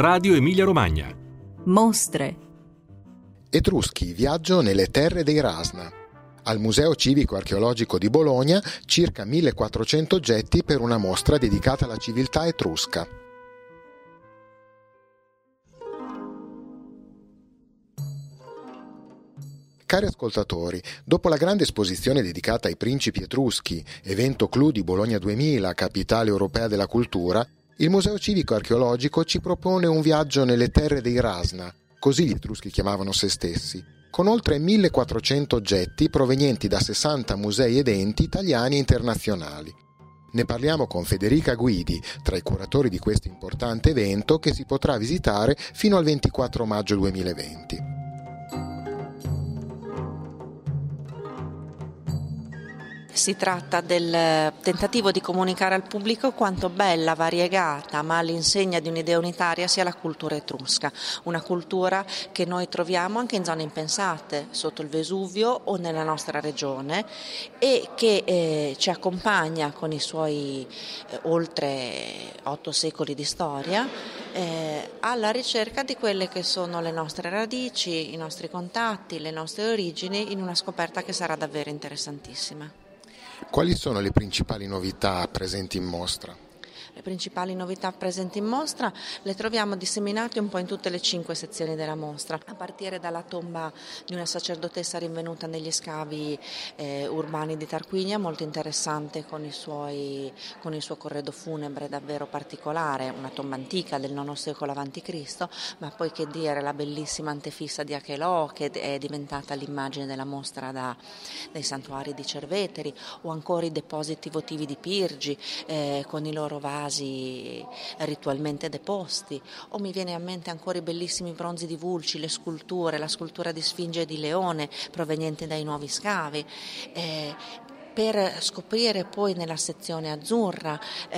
Radio Emilia Romagna. Mostre. Etruschi, viaggio nelle terre dei Rasna. Al Museo Civico Archeologico di Bologna circa 1400 oggetti per una mostra dedicata alla civiltà etrusca. Cari ascoltatori, dopo la grande esposizione dedicata ai principi etruschi, evento clou di Bologna 2000, capitale europea della cultura, il Museo Civico Archeologico ci propone un viaggio nelle terre dei Rasna, così gli etruschi chiamavano se stessi, con oltre 1400 oggetti provenienti da 60 musei ed enti italiani e internazionali. Ne parliamo con Federica Guidi, tra i curatori di questo importante evento che si potrà visitare fino al 24 maggio 2020. Si tratta del tentativo di comunicare al pubblico quanto bella, variegata, ma all'insegna di un'idea unitaria sia la cultura etrusca, una cultura che noi troviamo anche in zone impensate, sotto il Vesuvio o nella nostra regione, e che ci accompagna con i suoi oltre 8 secoli di storia alla ricerca di quelle che sono le nostre radici, i nostri contatti, le nostre origini, in una scoperta che sarà davvero interessantissima. Quali sono le principali novità presenti in mostra? Le principali novità presenti in mostra le troviamo disseminate un po' in tutte le 5 sezioni della mostra, a partire dalla tomba di una sacerdotessa rinvenuta negli scavi urbani di Tarquinia, molto interessante con il suo corredo funebre davvero particolare, una tomba antica del IX secolo a.C., ma poi che dire la bellissima antefissa di Achelò, che è diventata l'immagine della mostra dai santuari di Cerveteri, o ancora i depositi votivi di Pirgi con i loro vasi ritualmente deposti, o mi viene a mente ancora i bellissimi bronzi di Vulci, le sculture, la scultura di Sfinge e di Leone provenienti dai nuovi scavi. Per scoprire poi nella sezione azzurra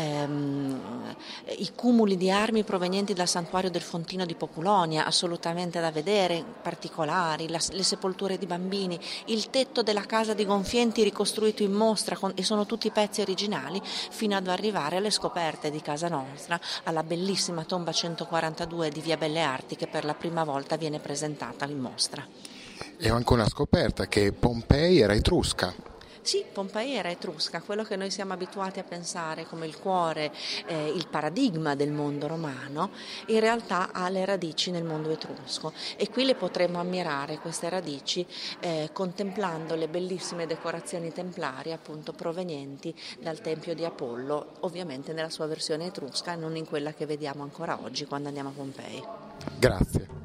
i cumuli di armi provenienti dal santuario del Fontino di Populonia, assolutamente da vedere, particolari, le sepolture di bambini, il tetto della casa di Gonfienti ricostruito in mostra e sono tutti pezzi originali, fino ad arrivare alle scoperte di casa nostra, alla bellissima tomba 142 di Via Belle Arti, che per la prima volta viene presentata in mostra. E ho anche una scoperta, che Pompei era etrusca. Sì, Pompei era etrusca, quello che noi siamo abituati a pensare come il cuore, il paradigma del mondo romano, in realtà ha le radici nel mondo etrusco, e qui le potremo ammirare queste radici contemplando le bellissime decorazioni templarie appunto provenienti dal Tempio di Apollo, ovviamente nella sua versione etrusca, non in quella che vediamo ancora oggi quando andiamo a Pompei. Grazie.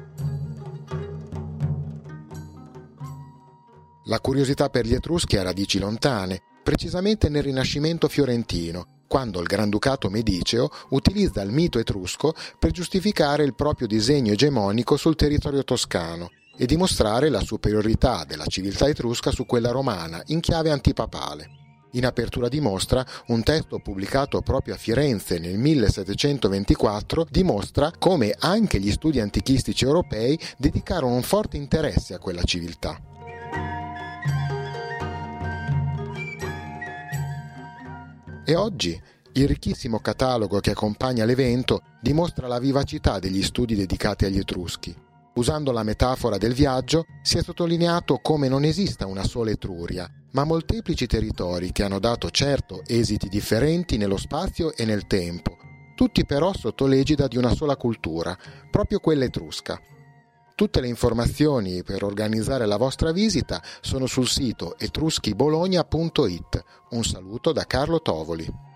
La curiosità per gli Etruschi ha radici lontane, precisamente nel Rinascimento fiorentino, quando il Granducato Mediceo utilizza il mito etrusco per giustificare il proprio disegno egemonico sul territorio toscano e dimostrare la superiorità della civiltà etrusca su quella romana in chiave antipapale. In apertura di mostra, un testo pubblicato proprio a Firenze nel 1724 dimostra come anche gli studi antichistici europei dedicarono un forte interesse a quella civiltà. E oggi il ricchissimo catalogo che accompagna l'evento dimostra la vivacità degli studi dedicati agli Etruschi. Usando la metafora del viaggio, si è sottolineato come non esista una sola Etruria, ma molteplici territori che hanno dato certo esiti differenti nello spazio e nel tempo, tutti però sotto l'egida di una sola cultura, proprio quella etrusca. Tutte le informazioni per organizzare la vostra visita sono sul sito etruschibologna.it. Un saluto da Carlo Tovoli.